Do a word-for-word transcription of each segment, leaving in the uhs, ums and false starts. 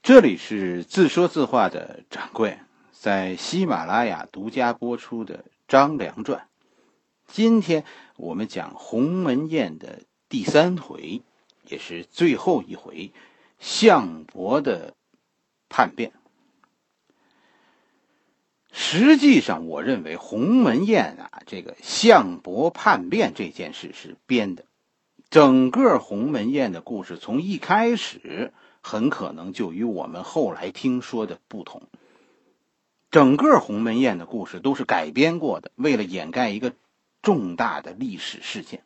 这里是自说自话的掌柜，在喜马拉雅独家播出的《张良传》。今天我们讲鸿门宴的第三回，也是最后一回，项伯的叛变。实际上我认为鸿门宴啊，这个项伯叛变这件事是编的。整个鸿门宴的故事从一开始很可能就与我们后来听说的不同。整个鸿门宴的故事都是改编过的，为了掩盖一个重大的历史事件。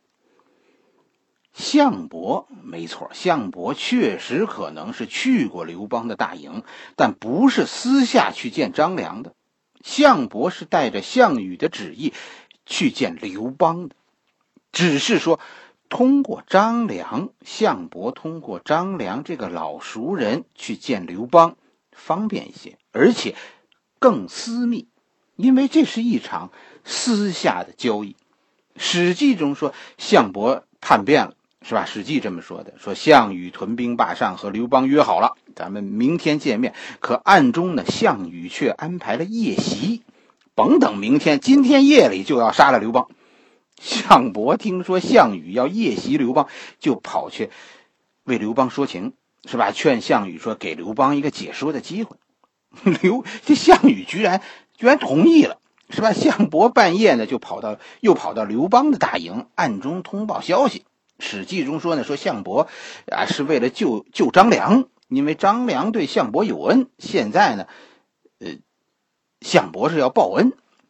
项伯没错，项伯确实可能是去过刘邦的大营，但不是私下去见张良的。项伯是带着项羽的旨意去见刘邦的，只是说通过张良，项伯通过张良这个老熟人去见刘邦方便一些，而且更私密，因为这是一场私下的交易。史记中说项伯叛变了，是吧？史记这么说的，说项羽屯兵霸上，和刘邦约好了咱们明天见面，可暗中呢，项羽却安排了夜袭，甭等明天，今天夜里就要杀了刘邦。项伯听说项羽要夜袭刘邦，就跑去为刘邦说情，是吧？劝项羽说给刘邦一个解说的机会。刘这项羽居然居然同意了，是吧？项伯半夜呢就跑到又跑到刘邦的大营，暗中通报消息。史记中说呢，说项伯啊是为了救救张良，因为张良对项伯有恩，现在呢，呃，项伯是要报恩。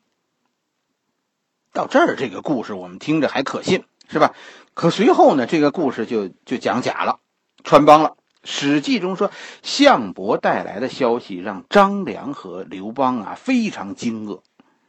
到这儿这个故事我们听着还可信，是吧？可随后呢，这个故事就就讲假了，穿帮了。史记中说项伯带来的消息让张良和刘邦啊非常惊愕。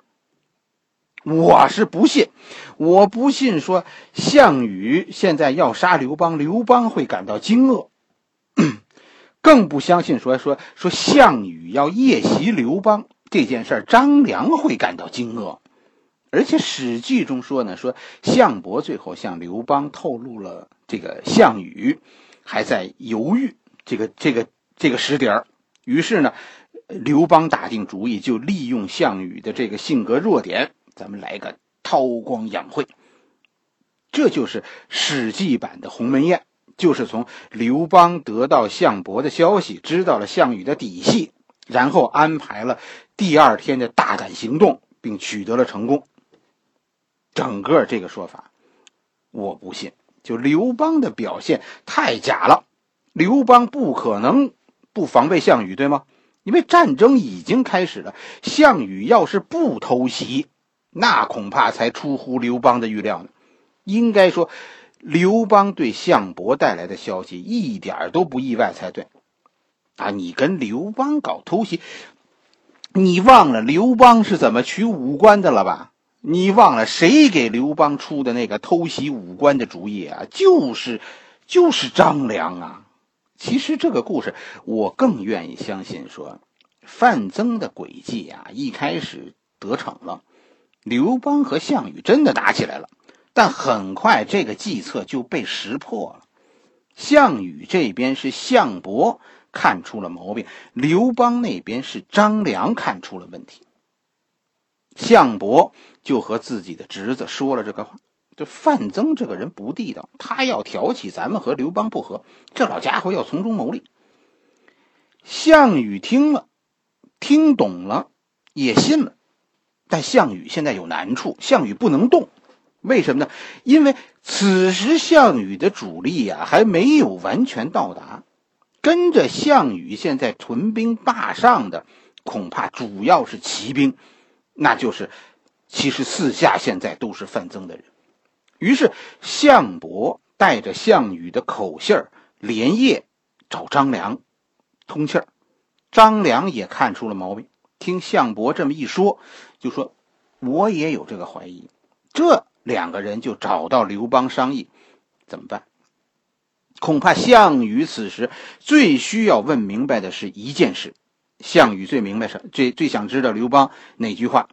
我是不信，我不信说项羽现在要杀刘邦，刘邦会感到惊愕，更不相信说说说项羽要夜袭刘邦这件事张良会感到惊愕。而且史记中说呢，说项伯最后向刘邦透露了这个项羽还在犹豫这个这个这个时点，于是呢，刘邦打定主意就利用项羽的这个性格弱点，咱们来个韬光养晦。这就是史记版的鸿门宴，就是从刘邦得到项伯的消息，知道了项羽的底细，然后安排了第二天的大胆行动，并取得了成功。整个这个说法我不信，就刘邦的表现太假了。刘邦不可能不防备项羽，对吗？因为战争已经开始了，项羽要是不偷袭，那恐怕才出乎刘邦的预料呢。应该说刘邦对项伯带来的消息一点都不意外才对啊！你跟刘邦搞偷袭，你忘了刘邦是怎么取武关的了吧？你忘了谁给刘邦出的那个偷袭武关的主意啊？就是就是张良啊！其实这个故事我更愿意相信说范增的诡计啊一开始得逞了，刘邦和项羽真的打起来了，但很快这个计策就被识破了。项羽这边是项伯看出了毛病，刘邦那边是张良看出了问题。项伯就和自己的侄子说了这个话，这范增这个人不地道，他要挑起咱们和刘邦不和，这老家伙要从中牟利。项羽听了，听懂了，也信了，但项羽现在有难处，项羽不能动。为什么呢？因为此时项羽的主力啊还没有完全到达，跟着项羽现在屯兵霸上的恐怕主要是骑兵，那就是其实四下现在都是范增的人。于是项伯带着项羽的口信儿连夜找张良通气儿。张良也看出了毛病，听项伯这么一说，就说我也有这个怀疑。这两个人就找到刘邦商议怎么办。恐怕项羽此时最需要问明白的是一件事，项羽最明白是最最想知道刘邦哪句话。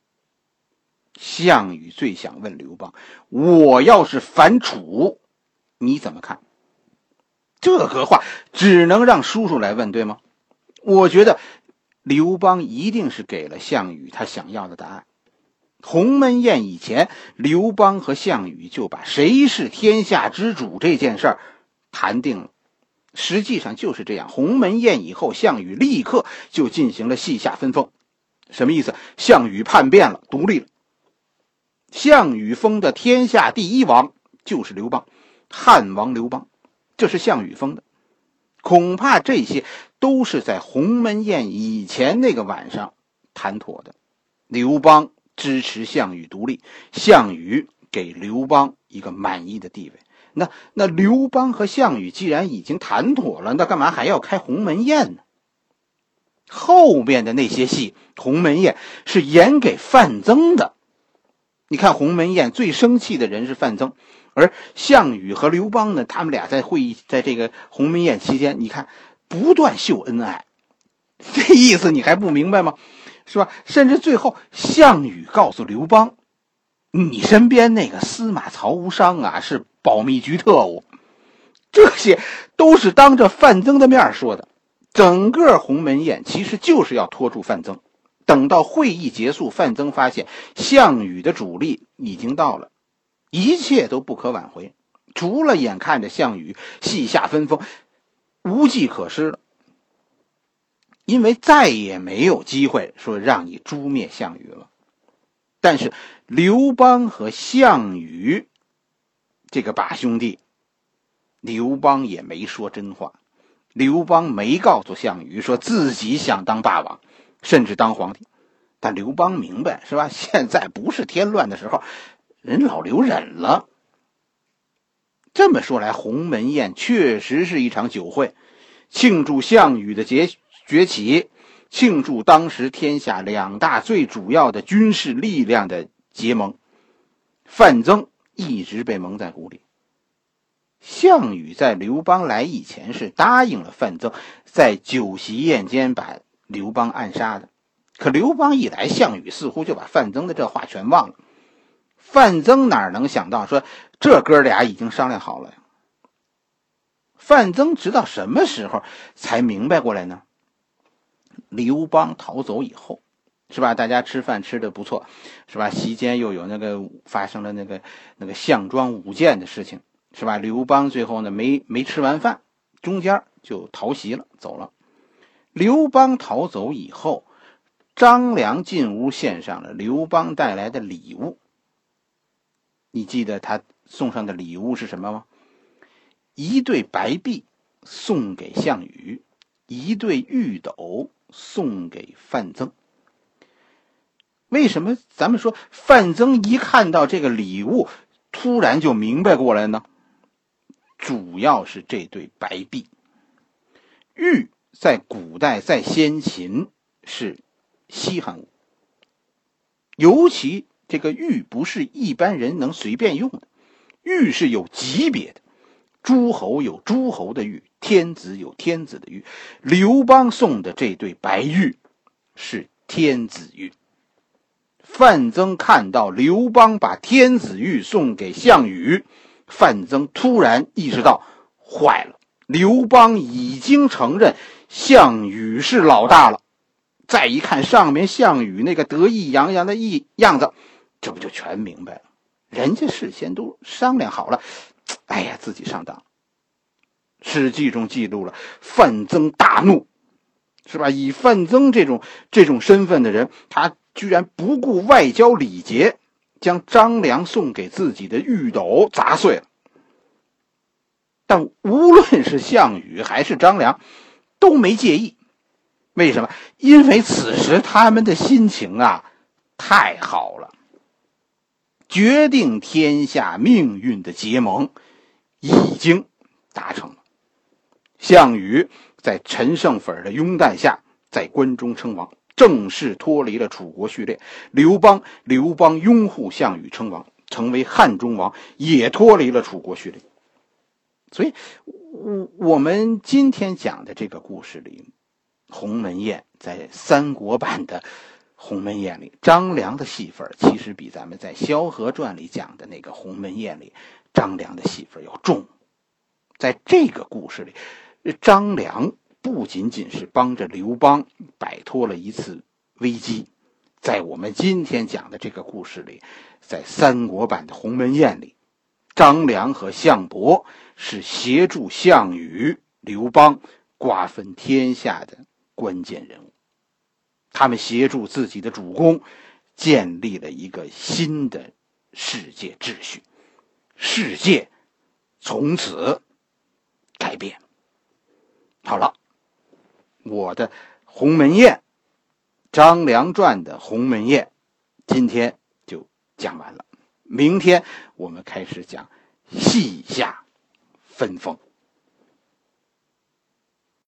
项羽最想问刘邦，我要是反楚你怎么看？这个话只能让叔叔来问，对吗？ 我觉得刘邦一定是给了项羽他想要的答案。鸿门宴以前，刘邦和项羽就把谁是天下之主这件事儿谈定了。实际上就是这样，鸿门宴以后，项羽立刻就进行了西夏分封。什么意思？项羽叛变了，独立了。项羽封的天下第一王就是刘邦，汉王刘邦，这是项羽封的。恐怕这些都是在鸿门宴以前那个晚上谈妥的。刘邦支持项羽独立，项羽给刘邦一个满意的地位。那那刘邦和项羽既然已经谈妥了，那干嘛还要开鸿门宴呢？后面的那些戏，鸿门宴是演给范增的。你看鸿门宴最生气的人是范增，而项羽和刘邦呢，他们俩在会议，在这个鸿门宴期间，你看不断秀恩爱，这意思你还不明白吗？是吧？甚至最后项羽告诉刘邦，你身边那个司马曹无伤啊是保密局特务，这些都是当着范增的面说的。整个鸿门宴其实就是要拖住范增。等到会议结束，范增发现项羽的主力已经到了，一切都不可挽回，除了眼看着项羽西夏分封，无计可施了。因为再也没有机会说让你诛灭项羽了。但是刘邦和项羽这个把兄弟，刘邦也没说真话。刘邦没告诉项羽说自己想当霸王，甚至当皇帝。但刘邦明白，是吧？现在不是添乱的时候，人老刘忍了。这么说来，鸿门宴确实是一场酒会，庆祝项羽的崛崛起，庆祝当时天下两大最主要的军事力量的结盟。范增一直被蒙在鼓里。项羽在刘邦来以前是答应了范增，在酒席宴间把刘邦暗杀的。可刘邦一来，项羽似乎就把范增的这话全忘了。范增哪能想到说这哥俩已经商量好了呀？范增直到什么时候才明白过来呢？刘邦逃走以后，是吧？大家吃饭吃得不错，是吧？席间又有那个发生了那个那个项庄舞剑的事情，是吧？刘邦最后呢没没吃完饭，中间就逃席了，走了。刘邦逃走以后，张良进屋献上了刘邦带来的礼物。你记得他送上的礼物是什么吗？一对白璧送给项羽，一对玉斗送给范增。为什么咱们说范增一看到这个礼物突然就明白过来呢？主要是这对白璧。玉在古代在先秦是稀罕物，尤其这个玉不是一般人能随便用的，玉是有级别的，诸侯有诸侯的玉，天子有天子的玉。刘邦送的这对白玉是天子玉。范增看到刘邦把天子玉送给项羽，范增突然意识到坏了，刘邦已经承认项羽是老大了。再一看上面项羽那个得意洋洋的样子，这不就全明白了？人家事先都商量好了，哎呀，自己上当。史记中记录了范增大怒，是吧？以范增这种这种身份的人，他居然不顾外交礼节，将张良送给自己的玉斗砸碎了。但无论是项羽还是张良都没介意。为什么？因为此时他们的心情啊太好了。决定天下命运的结盟已经达成了。项羽在陈胜粉的拥戴下在关中称王，正式脱离了楚国序列。刘邦刘邦拥护项羽称王，成为汉中王，也脱离了楚国序列。所以我们今天讲的这个故事里，鸿门宴在三国版的鸿门宴里，张良的戏份其实比咱们在萧何传里讲的那个鸿门宴里张良的戏份要重。在这个故事里，张良不仅仅是帮着刘邦摆脱了一次危机，在我们今天讲的这个故事里，在三国版的鸿门宴里，张良和项伯是协助项羽、刘邦瓜分天下的关键人物。他们协助自己的主公建立了一个新的世界秩序，世界从此改变。好了，我的鸿门宴，张良传的鸿门宴，今天就讲完了。明天我们开始讲西夏分封。